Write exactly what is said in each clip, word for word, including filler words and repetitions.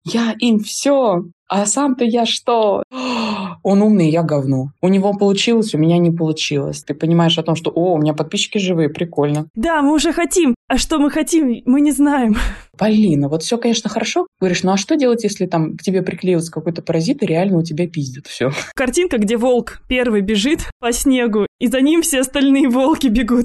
Я им все, а сам-то я что? Он умный, я говно. У него получилось, у меня не получилось. Ты понимаешь о том, что, о, у меня подписчики живые, прикольно. Да, мы уже хотим, а что мы хотим, мы не знаем. Полина, вот все, конечно, хорошо. Говоришь, ну а что делать, если там к тебе приклеился какой-то паразит, и реально у тебя пиздят все? Картинка, где волк первый бежит по снегу, и за ним все остальные волки бегут.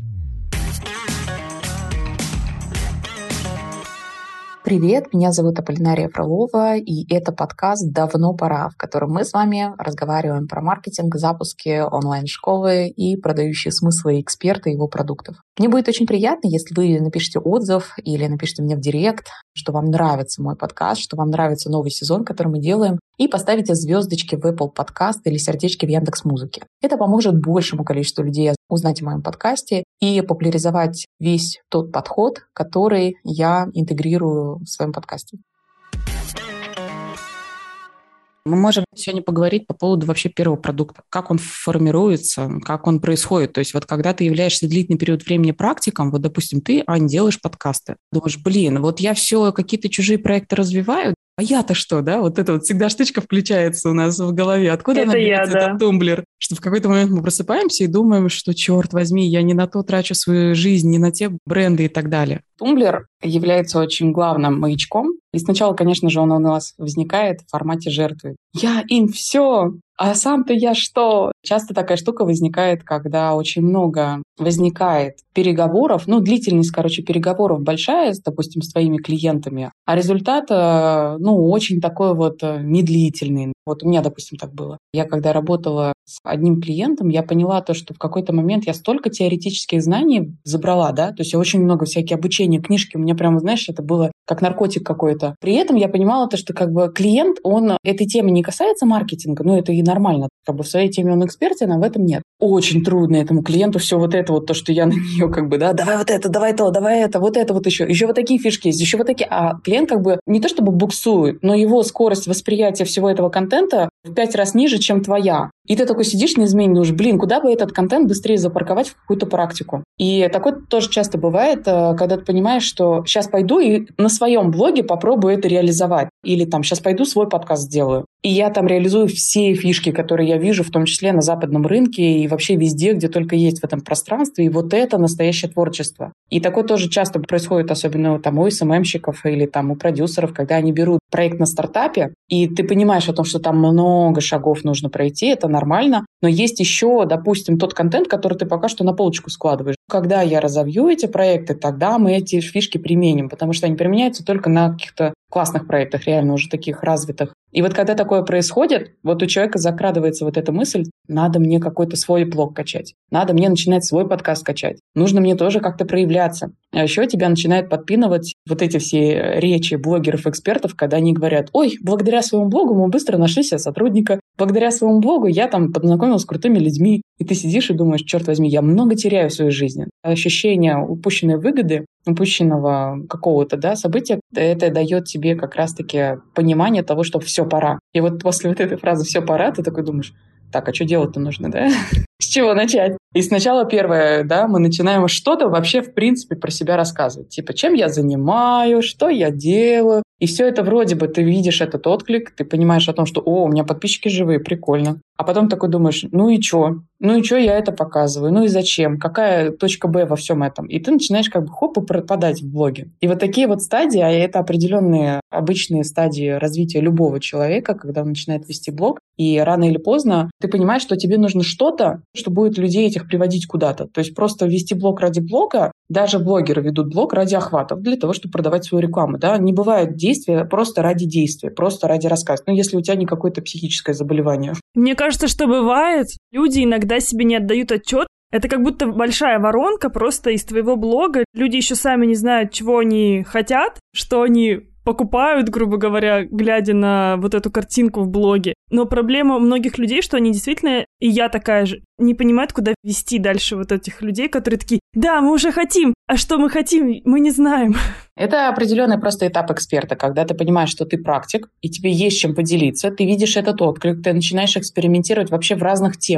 Привет, меня зовут Аполлинария Фролова, и это подкаст «Давно пора», в котором мы с вами разговариваем про маркетинг, запуски онлайн-школы и продающие смыслы эксперты его продуктов. Мне будет очень приятно, если вы напишите отзыв или напишите мне в директ, что вам нравится мой подкаст, что вам нравится новый сезон, который мы делаем, и поставите звездочки в Apple Podcast или сердечки в Яндекс.Музыке. Это поможет большему количеству людей узнать о моем подкасте и популяризовать весь тот подход, который я интегрирую в своем подкасте. Мы можем сегодня поговорить по поводу вообще первого продукта. Как он формируется, как он происходит. То есть вот когда ты являешься длительный период времени практиком, вот, допустим, ты, Ань, делаешь подкасты. Думаешь, блин, вот я все, какие-то чужие проекты развиваю, а я-то что, да? Вот эта вот всегда штучка включается у нас в голове. Откуда это она берется, я, да. этот тумблер? Что в какой-то момент мы просыпаемся и думаем, что, черт возьми, я не на то трачу свою жизнь, не на те бренды и так далее. Тумблер является очень главным маячком. И сначала, конечно же, он у нас возникает в формате жертвы. Я им все, а сам-то я что? Часто такая штука возникает, когда очень много возникает переговоров, ну, длительность, короче, переговоров большая, допустим, с твоими клиентами, а результат, ну, очень такой вот медлительный. Вот у меня, допустим, так было. Я когда работала с одним клиентом, я поняла то, что в какой-то момент я столько теоретических знаний забрала, да, то есть я очень много всяких обучения, книжки, у меня прямо, знаешь, это было как наркотик какой-то. При этом я понимала то, что как бы клиент, он этой темы не касается маркетинга, ну, это и нормально, как бы в своей теме он экспертен, а в этом нет. Очень трудно этому клиенту все вот это вот, то, что я на нее как бы, да, давай вот это, давай то, давай это, вот это вот еще, еще вот такие фишки есть, еще вот такие, а клиент как бы не то чтобы буксует, но его скорость восприятия всего этого контента в пять раз ниже, чем твоя. И ты такой сидишь на измене, думаешь, блин, куда бы этот контент быстрее запарковать в какую-то практику. И такое тоже часто бывает, когда ты понимаешь, что сейчас пойду и на своем блоге попробую это реализовать. Или там сейчас пойду свой подкаст сделаю. И я там реализую все фишки, которые я вижу, в том числе на западном рынке и вообще везде, где только есть в этом пространстве. И вот это настоящее творчество. И такое тоже часто происходит, особенно там у эс эм эм-щиков или там у продюсеров, когда они берут проект на стартапе, и ты понимаешь о том, что там много шагов нужно пройти, это нормально, но есть еще, допустим, тот контент, который ты пока что на полочку складываешь. Когда я разовью эти проекты, тогда мы эти фишки применим, потому что они применяются только на каких-то классных проектах, реально уже таких развитых. И вот когда такое происходит, вот у человека закрадывается вот эта мысль, надо мне какой-то свой блог качать, надо мне начинать свой подкаст качать, нужно мне тоже как-то проявляться. А еще тебя начинают подпинывать вот эти все речи блогеров-экспертов, когда они говорят, ой, благодаря своему блогу мы быстро нашли себе сотрудника, благодаря своему блогу я там познакомилась с крутыми людьми. И ты сидишь и думаешь, черт возьми, я много теряю в своей жизни. Ощущение упущенной выгоды, упущенного какого-то, да, события, это дает тебе как раз-таки понимание того, что все, пора. И вот после вот этой фразы «все, пора» ты такой думаешь, так, а что делать-то нужно, да? С чего начать? И сначала первое, да, мы начинаем что-то вообще, в принципе, про себя рассказывать. Типа, чем я занимаюсь, что я делаю. И все это вроде бы ты видишь этот отклик, ты понимаешь о том, что, о, у меня подписчики живые, прикольно. А потом такой думаешь, ну и чё? Ну и чё я это показываю? Ну и зачем? Какая точка Б во всем этом? И ты начинаешь как бы хоп и пропадать в блоге. И вот такие вот стадии, а это определенные обычные стадии развития любого человека, когда он начинает вести блог, и рано или поздно ты понимаешь, что тебе нужно что-то, что будет людей этих приводить куда-то. То есть просто вести блог ради блога, даже блогеры ведут блог ради охватов, для того, чтобы продавать свою рекламу. Да? Не бывает действия просто ради действия, просто ради рассказа. Ну, если у тебя не какое-то психическое заболевание. Мне кажется, что бывает, люди иногда себе не отдают отчет. Это как будто большая воронка просто из твоего блога. Люди еще сами не знают, чего они хотят, что они покупают, грубо говоря, глядя на вот эту картинку в блоге. Но проблема у многих людей, что они действительно, и я такая же, не понимают, куда вести дальше вот этих людей, которые такие, да, мы уже хотим, а что мы хотим, мы не знаем. Это определенный просто этап эксперта, когда ты понимаешь, что ты практик, и тебе есть чем поделиться, ты видишь этот отклик, ты начинаешь экспериментировать вообще в разных темах,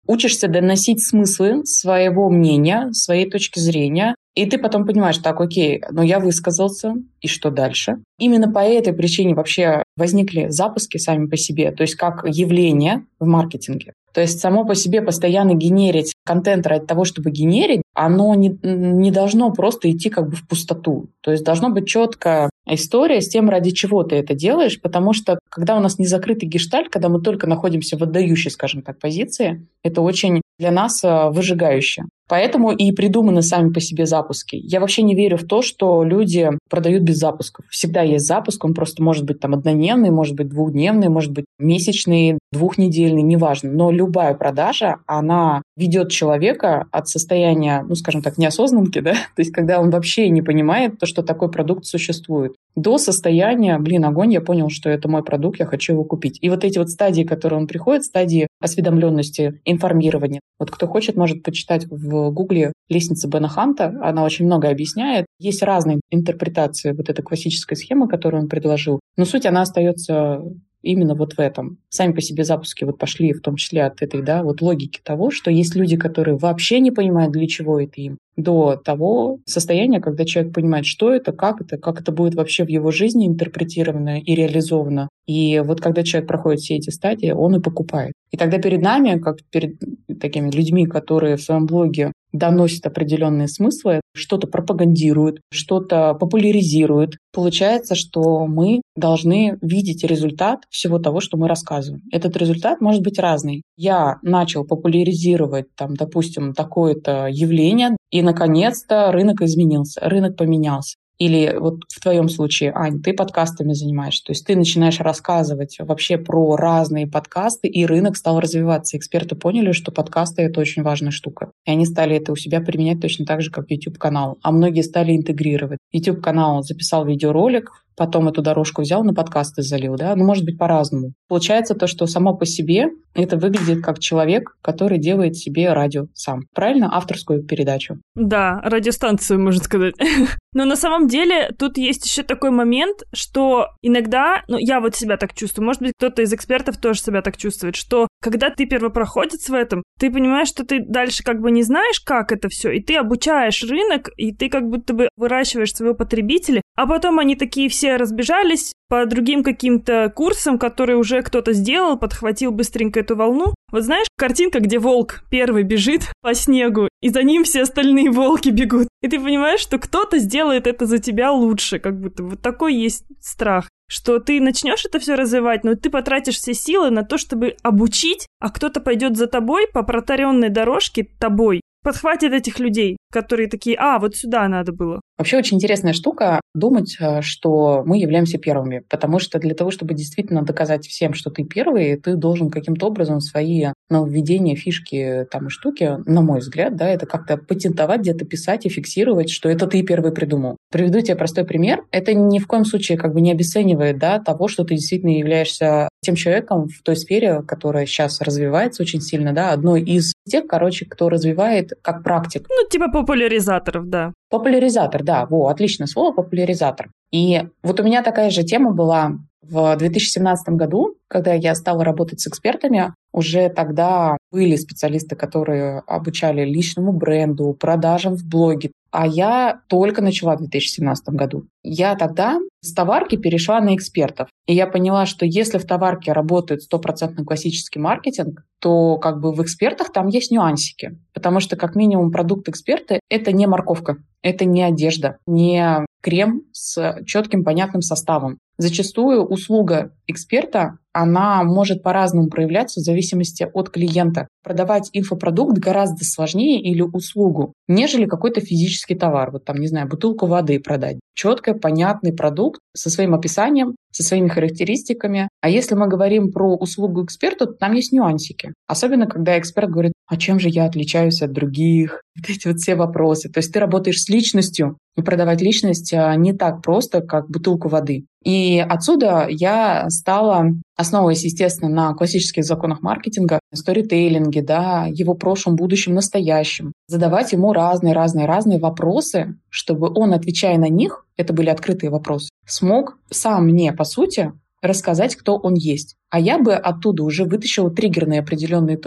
учишься доносить смыслы своего мнения, своей точки зрения, и ты потом понимаешь, так, окей, ну я высказался, и что дальше? Именно по этой причине вообще возникли запуски сами по себе, то есть как явление в маркетинге. То есть само по себе постоянно генерить контент ради того, чтобы генерить, оно не, не должно просто идти как бы в пустоту. То есть должна быть четкая история с тем, ради чего ты это делаешь, потому что когда у нас не закрытый гештальт, когда мы только находимся в отдающей, скажем так, позиции, это очень для нас выжигающе. Поэтому и придуманы сами по себе запуски. Я вообще не верю в то, что люди продают без запусков. Всегда есть запуск, он просто может быть там однодневный, может быть двухдневный, может быть месячный, двухнедельный, неважно. Но любая продажа, она ведет человека от состояния, ну, скажем так, неосознанки, да, то есть когда он вообще не понимает то, что такой продукт существует, до состояния, блин, огонь, я понял, что это мой продукт, я хочу его купить. И вот эти вот стадии, к которым он приходит, стадии осведомленности, информирования. Вот кто хочет, может почитать в Гугле «Лестница Бена Ханта», она очень много объясняет. Есть разные интерпретации вот этой классической схемы, которую он предложил, но суть, она остается именно вот в этом. Сами по себе запуски вот пошли в том числе от этой, да, вот логики того, что есть люди, которые вообще не понимают, для чего это им, до того состояния, когда человек понимает, что это, как это, как это будет вообще в его жизни интерпретировано и реализовано. И вот когда человек проходит все эти стадии, он и покупает. И тогда перед нами, как перед такими людьми, которые в своем блоге доносят определенные смыслы, что-то пропагандируют, что-то популяризируют, получается, что мы должны видеть результат всего того, что мы рассказываем. Этот результат может быть разный. Я начал популяризировать, там, допустим, такое-то явление, и, наконец-то, рынок изменился, рынок поменялся. Или вот в твоем случае, Ань, ты подкастами занимаешься, то есть ты начинаешь рассказывать вообще про разные подкасты, и рынок стал развиваться. Эксперты поняли, что подкасты — это очень важная штука. И они стали это у себя применять точно так же, как YouTube-канал. А многие стали интегрировать. YouTube-канал записал видеоролик, потом эту дорожку взял, на подкасты залил, да, ну, может быть, по-разному. Получается то, что само по себе это выглядит как человек, который делает себе радио сам. Правильно? Авторскую передачу. Да, радиостанцию, можно сказать. Но на самом деле тут есть еще такой момент, что иногда, ну, я вот себя так чувствую, может быть, кто-то из экспертов тоже себя так чувствует, что когда ты первопроходец в этом, ты понимаешь, что ты дальше как бы не знаешь, как это все, и ты обучаешь рынок, и ты как будто бы выращиваешь своего потребителя, а потом они такие все разбежались по другим каким-то курсам, которые уже кто-то сделал, подхватил быстренько эту волну. Вот знаешь, картинка, где волк первый бежит по снегу, и за ним все остальные волки бегут. И ты понимаешь, что кто-то сделает это за тебя лучше, как будто вот такой есть страх, что ты начнешь это все развивать, но ты потратишь все силы на то, чтобы обучить, а кто-то пойдет за тобой по протаренной дорожке тобой, подхватит этих людей, которые такие, а, вот сюда надо было. Вообще очень интересная штука думать, что мы являемся первыми, потому что для того, чтобы действительно доказать всем, что ты первый, ты должен каким-то образом свои нововведения, фишки там, и штуки, на мой взгляд, да, это как-то патентовать, где-то писать и фиксировать, что это ты первый придумал. Приведу тебе простой пример. Это ни в коем случае как бы не обесценивает, да, того, что ты действительно являешься тем человеком в той сфере, которая сейчас развивается очень сильно, да, одной из тех, короче, кто развивает как практик. Ну, типа популяризаторов, да. Популяризатор, да, во, отличное слово, популяризатор. И вот у меня такая же тема была в две тысячи семнадцатом году, когда я стала работать с экспертами. Уже тогда были специалисты, которые обучали личному бренду, продажам в блоге. А я только начала в две тысячи семнадцатом году. Я тогда с товарки перешла на экспертов. И я поняла, что если в товарке работает стопроцентно классический маркетинг, то как бы в экспертах там есть нюансики. Потому что как минимум продукт эксперта — это не морковка, это не одежда, не крем с четким понятным составом. Зачастую услуга эксперта, она может по-разному проявляться в зависимости от клиента. Продавать инфопродукт гораздо сложнее или услугу, нежели какой-то физический товар. Вот там, не знаю, бутылку воды продать. Четко, понятный продукт со своим описанием, со своими характеристиками. А если мы говорим про услугу эксперта, то там есть нюансики. Особенно, когда эксперт говорит, а чем же я отличаюсь от других? Вот эти вот все вопросы. То есть ты работаешь с личностью, и продавать личность не так просто, как бутылку воды. И отсюда я стала, основываясь, естественно, на классических законах маркетинга, сторителлинге, да, его прошлом, будущем, настоящем, задавать ему разные-разные-разные вопросы, чтобы он, отвечая на них, это были открытые вопросы, смог сам мне, по сути, рассказать, кто он есть. А я бы оттуда уже вытащила триггерные определенные точки,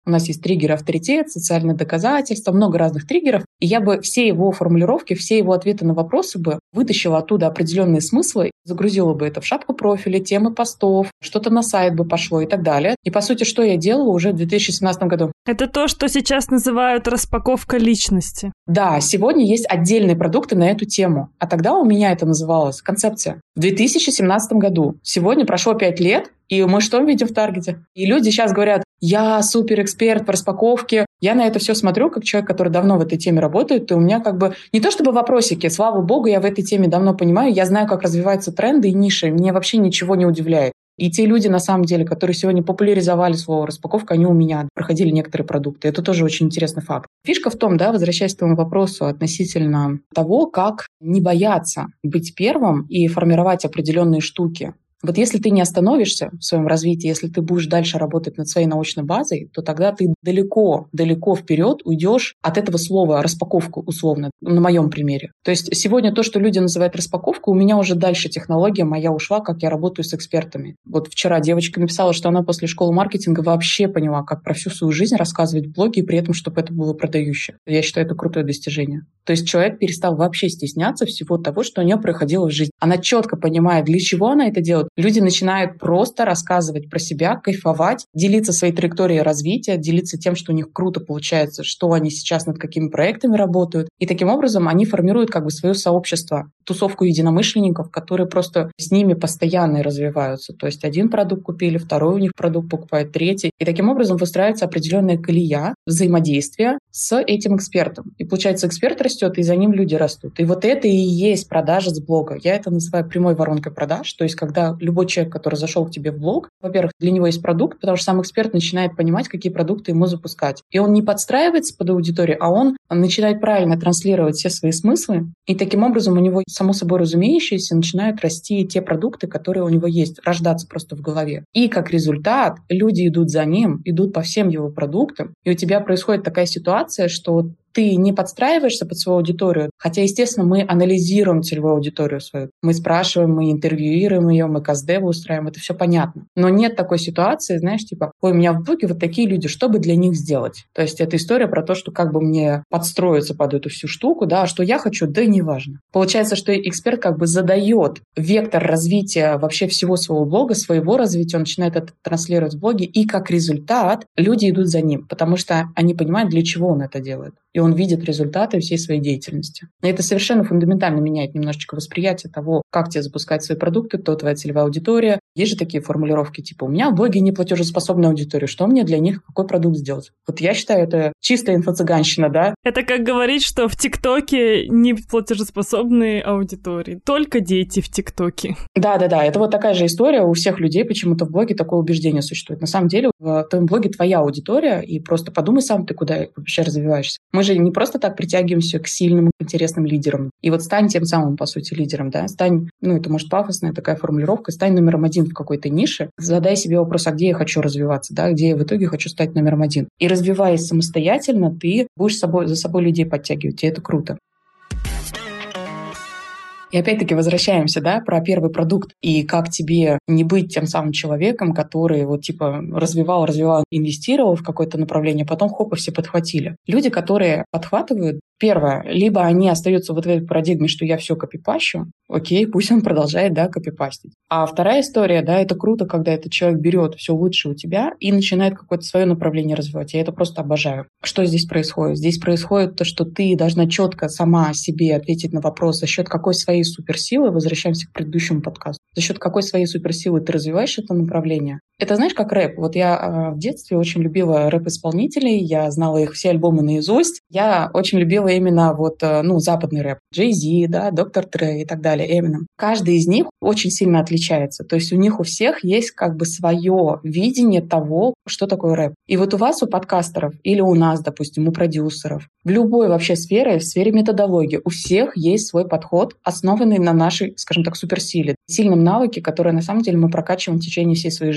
У нас есть триггеры авторитет, социальное доказательство, много разных триггеров. И я бы все его формулировки, все его ответы на вопросы бы вытащила оттуда определенные смыслы, загрузила бы это в шапку профиля, темы постов, что-то на сайт бы пошло и так далее. И, по сути, что я делала уже в две тысячи семнадцатом году? Это то, что сейчас называют распаковка личности. Да, сегодня есть отдельные продукты на эту тему. А тогда у меня это называлось концепция. В две тысячи семнадцатом году. Сегодня прошло пять лет, и мы что видим в таргете? И люди сейчас говорят, я суперэксперт по распаковке. Я на это все смотрю, как человек, который давно в этой теме работает, и у меня как бы не то чтобы вопросики, слава богу, я в этой теме давно понимаю, я знаю, как развиваются тренды и ниши, мне вообще ничего не удивляет. И те люди, на самом деле, которые сегодня популяризовали слово распаковка, они у меня проходили некоторые продукты. Это тоже очень интересный факт. Фишка в том, да, возвращаясь к твоему вопросу относительно того, как не бояться быть первым и формировать определенные штуки. Вот если ты не остановишься в своем развитии, если ты будешь дальше работать над своей научной базой, то тогда ты далеко, далеко вперед уйдешь от этого слова распаковку, условно, на моем примере. То есть сегодня то, что люди называют распаковку, у меня уже дальше технология моя ушла, как я работаю с экспертами. Вот вчера девочка написала, что она после школы маркетинга вообще поняла, как про всю свою жизнь рассказывать в блоге, и при этом, чтобы это было продающе. Я считаю, это крутое достижение. То есть человек перестал вообще стесняться всего того, что у нее происходило в жизни. Она четко понимает, для чего она это делает. Люди начинают просто рассказывать про себя, кайфовать, делиться своей траекторией развития, делиться тем, что у них круто получается, что они сейчас над какими проектами работают. И таким образом они формируют как бы свое сообщество, тусовку единомышленников, которые просто с ними постоянно развиваются. То есть один продукт купили, второй у них продукт покупает, третий. И таким образом выстраивается определенная колея взаимодействия с этим экспертом. И получается, эксперт растет, и за ним люди растут. И вот это и есть продажа с блога. Я это называю прямой воронкой продаж. То есть когда любой человек, который зашел к тебе в блог, во-первых, для него есть продукт, потому что сам эксперт начинает понимать, какие продукты ему запускать. И он не подстраивается под аудиторию, а он начинает правильно транслировать все свои смыслы. И таким образом у него, само собой разумеющееся, начинают расти те продукты, которые у него есть, рождаться просто в голове. И как результат люди идут за ним, идут по всем его продуктам. И у тебя происходит такая ситуация, что ты не подстраиваешься под свою аудиторию, хотя, естественно, мы анализируем целевую аудиторию свою. Мы спрашиваем, мы интервьюируем ее, мы каздевы устраиваем, это все понятно. Но нет такой ситуации, знаешь, типа, ой, у меня в блоге вот такие люди, что бы для них сделать? То есть это история про то, что как бы мне подстроиться под эту всю штуку, да, а что я хочу, да неважно. Получается, что эксперт как бы задает вектор развития вообще всего своего блога, своего развития, он начинает это транслировать в блоге, и как результат люди идут за ним, потому что они понимают, для чего он это делает. И он видит результаты всей своей деятельности. И это совершенно фундаментально меняет немножечко восприятие того, как тебе запускать свои продукты, кто твоя целевая аудитория. Есть же такие формулировки, типа, у меня в блоге не платежеспособная аудитория, что мне для них, какой продукт сделать? Вот я считаю, это чистая инфо-цыганщина, да? Это как говорить, что в ТикТоке не платежеспособные аудитории, только дети в ТикТоке. Да-да-да, это вот такая же история, у всех людей почему-то в блоге такое убеждение существует. На самом деле в твоем блоге твоя аудитория, и просто подумай сам, ты куда вообще развиваешься. Мы же не просто так притягиваемся к сильным, интересным лидерам. И вот стань тем самым, по сути, лидером, да, стань, ну, это может пафосная такая формулировка, стань номером один в какой-то нише, задай себе вопрос, а где я хочу развиваться, да, где я в итоге хочу стать номером один. И развиваясь самостоятельно, ты будешь собой, за собой людей подтягивать, и это круто. И опять-таки возвращаемся, да, про первый продукт и как тебе не быть тем самым человеком, который вот типа развивал, развивал, инвестировал в какое-то направление, потом хоп, и все подхватили. Люди, которые подхватывают, первое, либо они остаются вот в этой парадигме, что я все копипащу, окей, пусть он продолжает, да, копипастить. А вторая история, да, это круто, когда этот человек берет все лучшее у тебя и начинает какое-то свое направление развивать. Я это просто обожаю. Что здесь происходит? Здесь происходит то, что ты должна четко сама себе ответить на вопрос, за счет какой своей суперсилы, возвращаемся к предыдущему подкасту, за счет какой своей суперсилы ты развиваешь это направление. Это знаешь, как рэп. Вот я э, в детстве очень любила рэп-исполнителей, я знала их все альбомы наизусть. Я очень любила именно вот, э, ну, западный рэп. Джей Зи, да, доктор Дре и так далее, Эминем. Каждый из них очень сильно отличается. То есть у них у всех есть как бы свое видение того, что такое рэп. И вот у вас, у подкастеров, или у нас, допустим, у продюсеров, в любой вообще сфере, в сфере методологии, у всех есть свой подход, основанный на нашей, скажем так, суперсиле, сильном навыке, который на самом деле мы прокачиваем в течение всей своей жизни.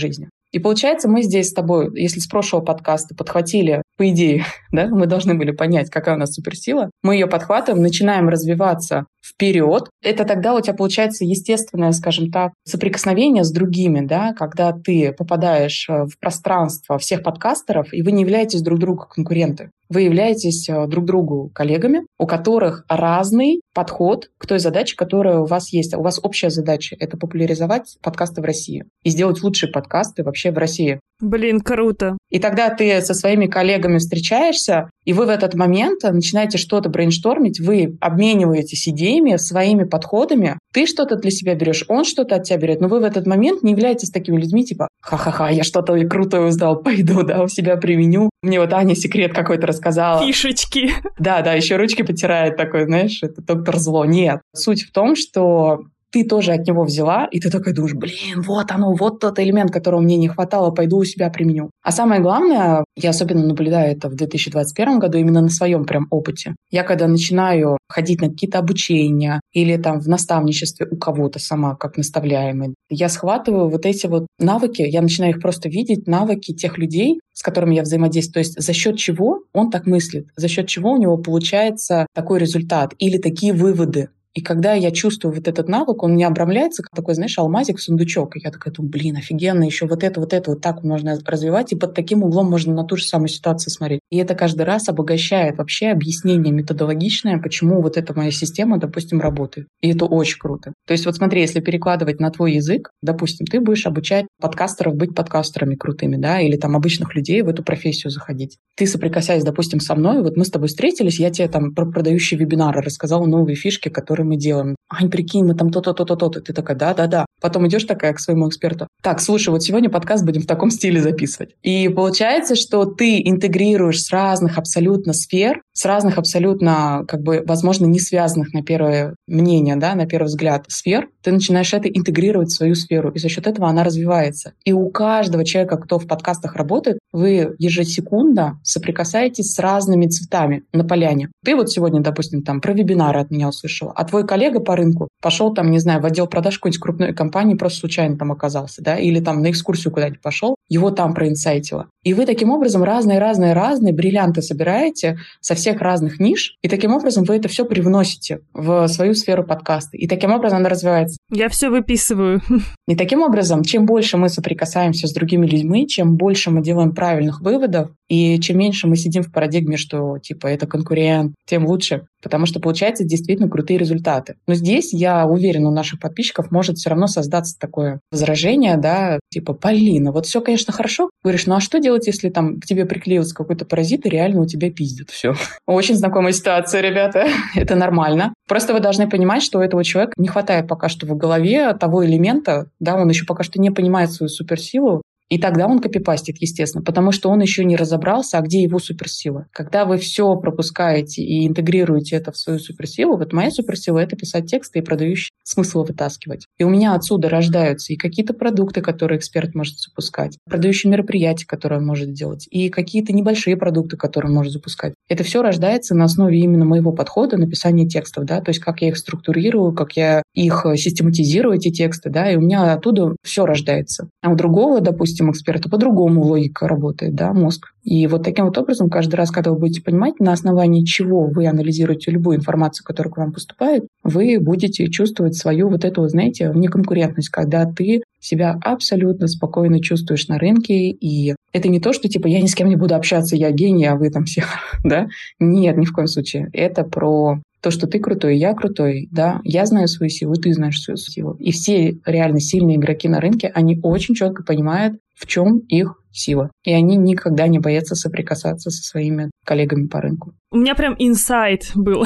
И получается, мы здесь с тобой, если с прошлого подкаста подхватили, по идее, да, мы должны были понять, какая у нас суперсила, мы ее подхватываем, начинаем развиваться вперед. Это тогда у тебя получается естественное, скажем так, соприкосновение с другими, да, когда ты попадаешь в пространство всех подкастеров, и вы не являетесь друг другу конкуренты. Вы являетесь друг другу коллегами, у которых разный подход к той задаче, которая у вас есть. У вас общая задача — это популяризовать подкасты в России и сделать лучшие подкасты вообще в России. Блин, круто. И тогда ты со своими коллегами встречаешься, и вы в этот момент начинаете что-то брейнштормить, вы обмениваетесь идеями, своими подходами. Ты что-то для себя берешь, он что-то от тебя берет, но вы в этот момент не являетесь такими людьми, типа «ха-ха-ха, я что-то крутое узнал, пойду, да, у себя применю». Мне вот Аня секрет какой-то рассказала. Фишечки. Да, да, еще ручки потирает такой, знаешь, это доктор зло. Нет. Суть в том, что ты тоже от него взяла, и ты такой думаешь, блин, вот оно, вот тот элемент, которого мне не хватало, пойду у себя применю. А самое главное, я особенно наблюдаю это в две тысячи двадцать первом году именно на своем прям опыте. Я когда начинаю ходить на какие-то обучения или там в наставничестве у кого-то сама, как наставляемый, я схватываю вот эти вот навыки, я начинаю их просто видеть, навыки тех людей, с которыми я взаимодействую. То есть за счет чего он так мыслит, за счет чего у него получается такой результат или такие выводы. И когда я чувствую вот этот навык, он мне обрамляется, как такой, знаешь, алмазик, сундучок. И я такая думаю, блин, офигенно, еще вот это, вот это, вот так можно развивать. И под таким углом можно на ту же самую ситуацию смотреть. И это каждый раз обогащает вообще объяснение методологичное, почему вот эта моя система, допустим, работает. И это очень круто. То есть вот смотри, если перекладывать на твой язык, допустим, ты будешь обучать подкастеров быть подкастерами крутыми, да, или там обычных людей в эту профессию заходить. Ты соприкасаясь, допустим, со мной, вот мы с тобой встретились, я тебе там про продающие вебинары рассказала новые фишки, которые мы делаем. Ань, прикинь, мы там то-то, то-то, то-то. Ты такая, да-да-да. Потом идешь такая к своему эксперту. Так, слушай, вот сегодня подкаст будем в таком стиле записывать. И получается, что ты интегрируешь с разных абсолютно сфер, с разных абсолютно, как бы, возможно, не связанных на первое мнение, да, на первый взгляд сфер, ты начинаешь это интегрировать в свою сферу, и за счет этого она развивается. И у каждого человека, кто в подкастах работает, вы ежесекундно соприкасаетесь с разными цветами на поляне. Ты вот сегодня, допустим, там про вебинары от меня услышала, а твой коллега по рынку пошел там, не знаю, в отдел продаж какой-нибудь крупной компании, просто случайно там оказался, да, или там на экскурсию куда-нибудь пошел, его там проинсайтило. И вы таким образом разные-разные-разные бриллианты собираете со всех разных ниш, и таким образом вы это все привносите в свою сферу подкаста. И таким образом она развивается. Я все выписываю. И таким образом, чем больше мы соприкасаемся с другими людьми, чем больше мы делаем правильных выводов, и чем меньше мы сидим в парадигме, что типа это конкурент, тем лучше. Потому что получается действительно крутые результаты. Но здесь, я уверена, у наших подписчиков может все равно создаться такое возражение, да, типа, Полина, вот все, конечно, хорошо. Говоришь, ну а что делать, если там к тебе приклеился какой-то паразит, и реально у тебя пиздят все? Очень знакомая ситуация, ребята. Это нормально. Просто вы должны понимать, что у этого человека не хватает пока что в голове того элемента, да, он еще пока что не понимает свою суперсилу, и тогда он копипастит, естественно, потому что он еще не разобрался, а где его суперсила. Когда вы все пропускаете и интегрируете это в свою суперсилу, вот моя суперсила — это писать тексты и продающий смысл вытаскивать. И у меня отсюда рождаются и какие-то продукты, которые эксперт может запускать, продающие мероприятия, которые он может делать, и какие-то небольшие продукты, которые он может запускать. Это все рождается на основе именно моего подхода написания текстов, да, то есть как я их структурирую, как я их систематизирую, эти тексты, да, и у меня оттуда все рождается. А у другого, допустим, эксперта по-другому логика работает, да, мозг. И вот таким вот образом каждый раз, когда вы будете понимать, на основании чего вы анализируете любую информацию, которая к вам поступает, вы будете чувствовать свою вот эту, знаете, неконкурентность, когда ты себя абсолютно спокойно чувствуешь на рынке, и это не то, что типа я ни с кем не буду общаться, я гений, а вы там все, да? Нет, ни в коем случае. Это про то, что ты крутой, я крутой, да, я знаю свою силу, ты знаешь свою силу. И все реально сильные игроки на рынке, они очень четко понимают, в чем их сила. И они никогда не боятся соприкасаться со своими коллегами по рынку. У меня прям инсайт был.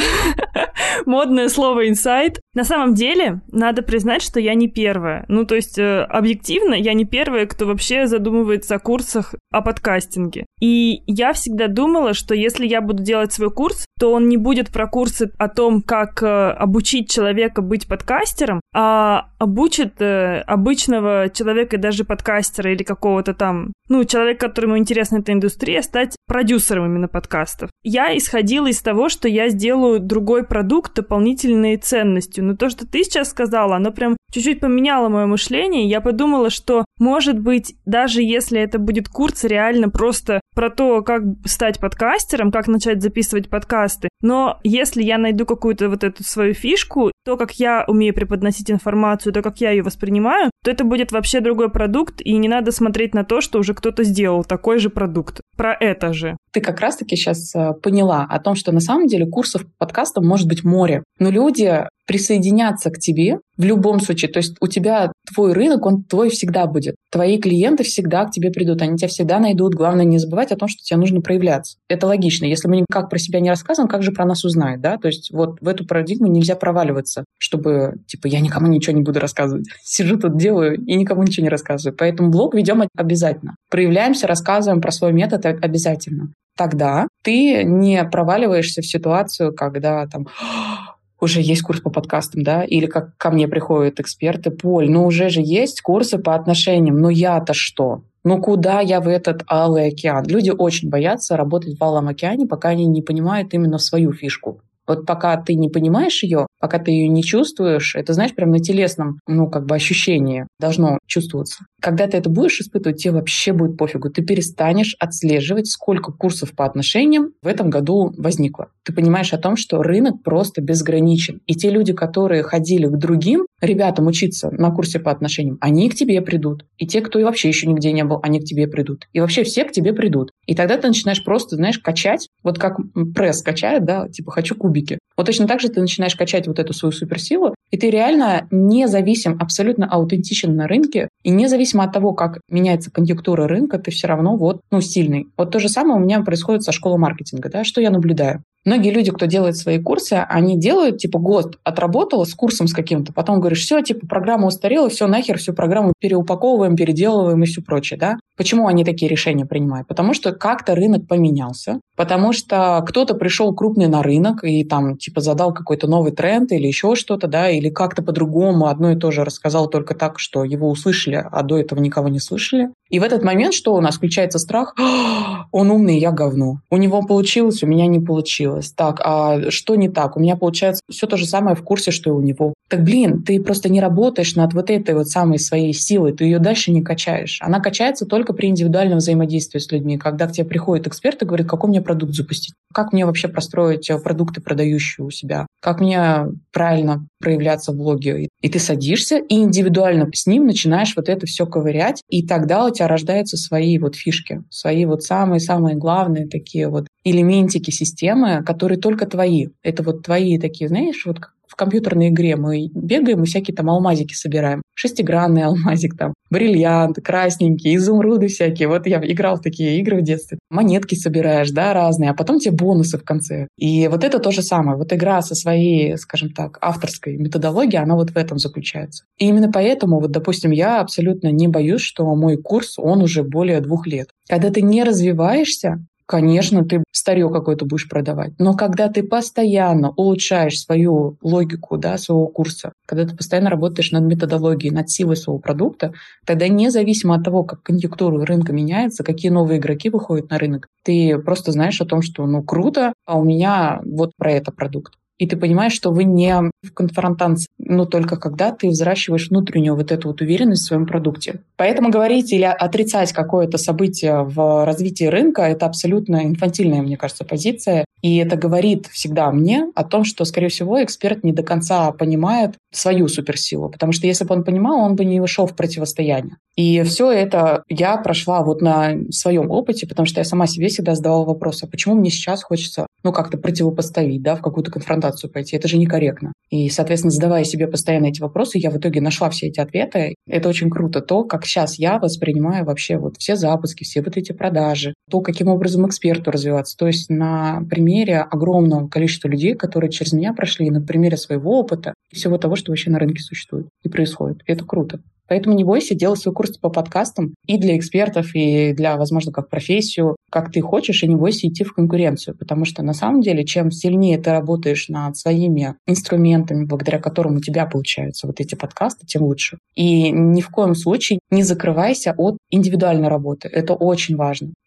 Модное слово инсайт. На самом деле, надо признать, что я не первая. Ну, то есть, э, объективно, я не первая, кто вообще задумывается о курсах о подкастинге. И я всегда думала, что если я буду делать свой курс, то он не будет про курсы о том, как э, обучить человека быть подкастером, а обучит э, обычного человека, даже подкастера или какого-то там, ну, человека, которому интересна эта индустрия, стать продюсером именно подкастов. Я исходила из того, что я сделаю другой продукт дополнительной ценностью. Но то, что ты сейчас сказала, оно прям чуть-чуть поменяло мое мышление. Я подумала, что, может быть, даже если это будет курс реально просто про то, как стать подкастером, как начать записывать подкасты, но если я найду какую-то вот эту свою фишку, то, как я умею преподносить информацию, то, как я ее воспринимаю, то это будет вообще другой продукт, и не надо смотреть на то, что уже кто-то сделал такой же продукт. Про это же. Ты как раз-таки сейчас поняла о том, что на самом деле курсов по подкастам может быть море, но люди присоединятся к тебе в любом случае. То есть у тебя твой рынок, он твой всегда будет. Твои клиенты всегда к тебе придут, они тебя всегда найдут. Главное не забывать о том, что тебе нужно проявляться. Это логично. Если мы никак про себя не рассказываем, как же про нас узнают, да? То есть вот в эту парадигму нельзя проваливаться, чтобы, типа, я никому ничего не буду рассказывать. Сижу тут, делаю и никому ничего не рассказываю. Поэтому блог ведем обязательно. Проявляемся, рассказываем про свой метод обязательно. Тогда ты не проваливаешься в ситуацию, когда там уже есть курс по подкастам, да, или как ко мне приходят эксперты: Поль, ну уже же есть курсы по отношениям, ну я-то что? Ну куда я в этот алый океан? Люди очень боятся работать в алом океане, пока они не понимают именно свою фишку. Вот пока ты не понимаешь ее, пока ты ее не чувствуешь, это, знаешь, прям на телесном, ну, как бы ощущении должно чувствоваться. Когда ты это будешь испытывать, тебе вообще будет пофигу. Ты перестанешь отслеживать, сколько курсов по отношениям в этом году возникло. Ты понимаешь о том, что рынок просто безграничен. И те люди, которые ходили к другим ребятам учиться на курсе по отношениям, они к тебе придут. И те, кто и вообще еще нигде не был, они к тебе придут. И вообще все к тебе придут. И тогда ты начинаешь просто, знаешь, качать, вот как пресс качает, да, типа хочу кубики. Вот точно так же ты начинаешь качать вот эту свою суперсилу, и ты реально независим, абсолютно аутентичен на рынке, и независимо от того, как меняется конъюнктура рынка, ты все равно вот, ну, сильный. Вот то же самое у меня происходит со школой маркетинга, да, что я наблюдаю. Многие люди, кто делает свои курсы, они делают, типа, год отработала с курсом с каким-то, потом говоришь, все, типа, программа устарела, все, нахер, всю программу переупаковываем, переделываем и все прочее, да. Почему они такие решения принимают? Потому что как-то рынок поменялся, потому что кто-то пришел крупный на рынок и там, типа, задал какой-то новый тренд или еще что-то, да, или как-то по-другому одно и то же рассказал только так, что его услышали, а до этого никого не слышали. И в этот момент что у нас? Включается страх, он умный, я говно. У него получилось, у меня не получилось. Так, а что не так? У меня получается все то же самое в курсе, что и у него. Так, блин, ты просто не работаешь над вот этой вот самой своей силой, ты ее дальше не качаешь. Она качается только при индивидуальном взаимодействии с людьми. Когда к тебе приходит эксперт и говорит, какой мне продукт запустить? Как мне вообще простроить продукты, продающие у себя? Как мне правильно проявляться в блоге? И ты садишься и индивидуально с ним начинаешь вот это все ковырять, и тогда у тебя рождаются свои вот фишки, свои вот самые-самые главные такие вот элементики системы, которые только твои. Это вот твои такие, знаешь, вот как в компьютерной игре мы бегаем и всякие там алмазики собираем. Шестигранный алмазик там, бриллиант, красненький, изумруды всякие. Вот я играл в такие игры в детстве. Монетки собираешь, да, разные, а потом тебе бонусы в конце. И вот это то же самое. Вот игра со своей, скажем так, авторской методологией, она вот в этом заключается. И именно поэтому, вот, допустим, я абсолютно не боюсь, что мой курс, он уже более двух лет. Когда ты не развиваешься, конечно, ты старье какое-то будешь продавать. Но когда ты постоянно улучшаешь свою логику, да, своего курса, когда ты постоянно работаешь над методологией, над силой своего продукта, тогда независимо от того, как конъюнктура рынка меняется, какие новые игроки выходят на рынок, ты просто знаешь о том, что ну круто, а у меня вот про это продукт. И ты понимаешь, что вы не в конфронтации, но только когда ты взращиваешь внутреннюю вот эту вот уверенность в своем продукте. Поэтому говорить или отрицать какое-то событие в развитии рынка — это абсолютно инфантильная, мне кажется, позиция. И это говорит всегда мне о том, что, скорее всего, эксперт не до конца понимает свою суперсилу. Потому что если бы он понимал, он бы не вышел в противостояние. И все это я прошла вот на своем опыте, потому что я сама себе всегда задавала вопрос, а почему мне сейчас хочется, ну, как-то противопоставить, да, в какую-то конфронтацию пойти. Это же некорректно. И, соответственно, задавая себе постоянно эти вопросы, я в итоге нашла все эти ответы. Это очень круто. То, как сейчас я воспринимаю вообще вот все запуски, все вот эти продажи, то, каким образом эксперту развиваться. То есть на примере огромного количества людей, которые через меня прошли, на примере своего опыта и всего того, что вообще на рынке существует и происходит. И это круто. Поэтому не бойся, делай свой курс по подкастам и для экспертов, и для, возможно, как профессию, как ты хочешь, и не бойся идти в конкуренцию. Потому что на самом деле, чем сильнее ты работаешь над своими инструментами, благодаря которым у тебя получаются вот эти подкасты, тем лучше. И ни в коем случае не закрывайся от индивидуальной работы. Это очень важно.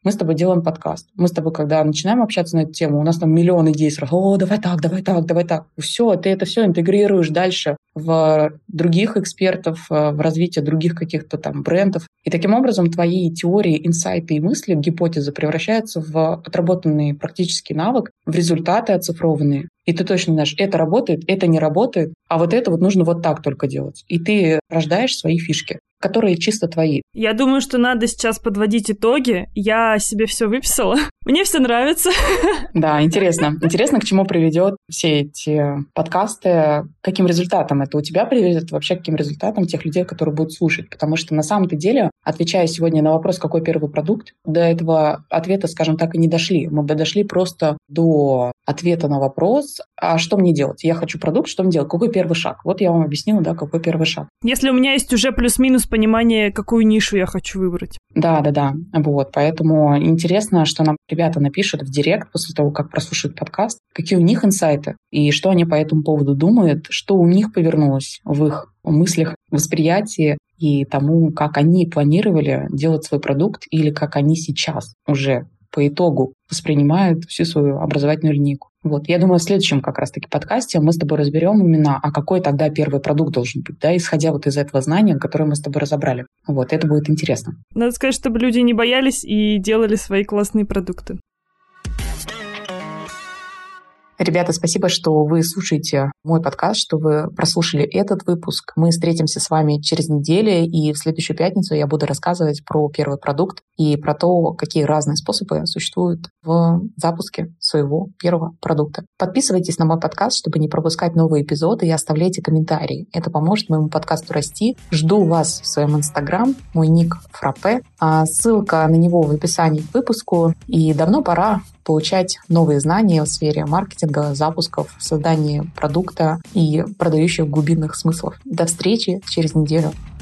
Мы с тобой делаем подкаст. Мы с тобой, когда начинаем общаться на эту тему, у нас там миллион идей сразу. О, давай так, давай так, давай так. Все, ты это все интегрируешь дальше в других экспертов, в развитие других каких-то там брендов. И таким образом твои теории, инсайты и мысли, гипотезы превращаются в отработанный практический навык, в результаты оцифрованные. И ты точно знаешь, это работает, это не работает, а вот это вот нужно вот так только делать. И ты рождаешь свои фишки, которые чисто твои. Я думаю, что надо сейчас подводить итоги. Я себе все выписала. Мне все нравится. Да, интересно. Интересно, к чему приведет все эти подкасты, каким результатом это у тебя приведет, вообще каким результатом тех людей, которые будут слушать. Потому что на самом-то деле, отвечая сегодня на вопрос, какой первый продукт, до этого ответа, скажем так, и не дошли. Мы бы дошли просто до ответа на вопрос, а что мне делать? Я хочу продукт, что мне делать? Какой первый шаг? Вот я вам объяснила, да, какой первый шаг. Если у меня есть уже плюс-минус понимание, какую нишу я хочу выбрать. Да, да, да. Вот. Поэтому интересно, что нам ребята напишут в директ после того, как прослушают подкаст, какие у них инсайты и что они по этому поводу думают, что у них повернулось в их мыслях, восприятии и тому, как они планировали делать свой продукт или как они сейчас уже по итогу воспринимают всю свою образовательную линейку. Вот. Я думаю, в следующем как раз-таки подкасте мы с тобой разберем именно, а какой тогда первый продукт должен быть, да, исходя вот из этого знания, которое мы с тобой разобрали. Вот, это будет интересно. Надо сказать, чтобы люди не боялись и делали свои классные продукты. Ребята, спасибо, что вы слушаете мой подкаст, что вы прослушали этот выпуск. Мы встретимся с вами через неделю, и в следующую пятницу я буду рассказывать про первый продукт и про то, какие разные способы существуют в запуске своего первого продукта. Подписывайтесь на мой подкаст, чтобы не пропускать новые эпизоды, и оставляйте комментарии. Это поможет моему подкасту расти. Жду вас в своем инстаграм, мой ник Фраппе. Ссылка на него в описании к выпуску. И давно пора получать новые знания в сфере маркетинга, запусков, создания продукта и продающих глубинных смыслов. До встречи через неделю.